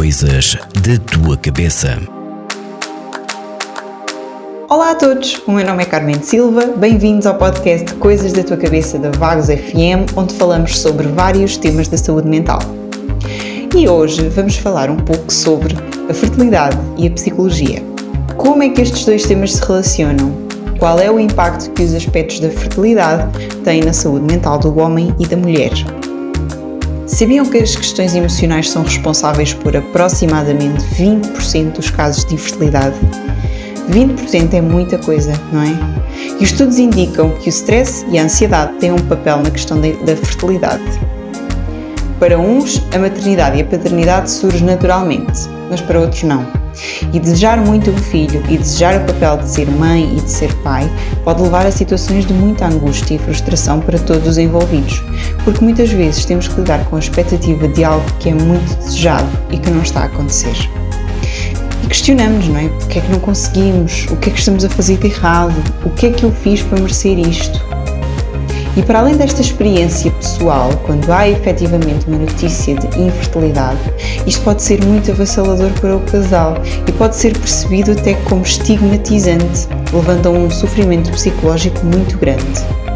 Coisas da tua cabeça. Olá a todos, o meu nome é Carmen Silva, bem-vindos ao podcast Coisas da tua cabeça da Vagos FM, onde falamos sobre vários temas da saúde mental. E hoje vamos falar um pouco sobre a fertilidade e a psicologia. Como é que estes dois temas se relacionam? Qual é o impacto que os aspectos da fertilidade têm na saúde mental do homem e da mulher? Sabiam que as questões emocionais são responsáveis por aproximadamente 20% dos casos de infertilidade? 20% é muita coisa, não é? E os estudos indicam que o stress e a ansiedade têm um papel na questão da fertilidade. Para uns, a maternidade e a paternidade surge naturalmente, mas para outros não. E desejar muito um filho e desejar o papel de ser mãe e de ser pai pode levar a situações de muita angústia e frustração para todos os envolvidos, porque muitas vezes temos que lidar com a expectativa de algo que é muito desejado e que não está a acontecer. E questionamos, não é? Porque é que não conseguimos? O que é que estamos a fazer de errado? O que é que eu fiz para merecer isto? E para além desta experiência pessoal, quando há efetivamente uma notícia de infertilidade, isto pode ser muito avassalador para o casal e pode ser percebido até como estigmatizante, levando a um sofrimento psicológico muito grande.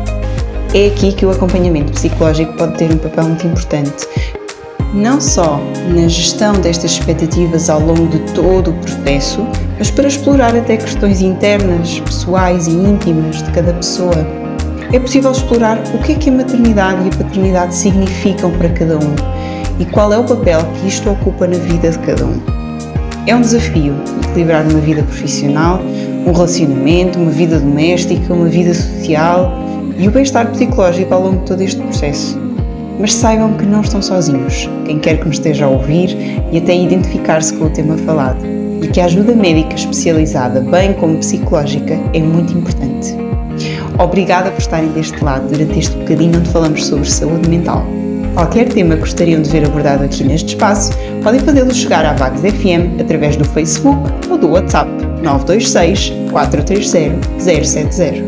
É aqui que o acompanhamento psicológico pode ter um papel muito importante, não só na gestão destas expectativas ao longo de todo o processo, mas para explorar até questões internas, pessoais e íntimas de cada pessoa. É possível explorar o que é que a maternidade e a paternidade significam para cada um e qual é o papel que isto ocupa na vida de cada um. É um desafio equilibrar uma vida profissional, um relacionamento, uma vida doméstica, uma vida social e o bem-estar psicológico ao longo de todo este processo. Mas saibam que não estão sozinhos, quem quer que nos esteja a ouvir e até identificar-se com o tema falado, e que a ajuda médica especializada, bem como psicológica, é muito importante. Obrigada por estarem deste lado durante este bocadinho onde falamos sobre saúde mental. Qualquer tema que gostariam de ver abordado aqui neste espaço, podem fazê-lo chegar à Vagos FM através do Facebook ou do WhatsApp 926 430 070.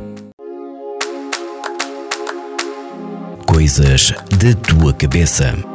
Coisas da tua cabeça.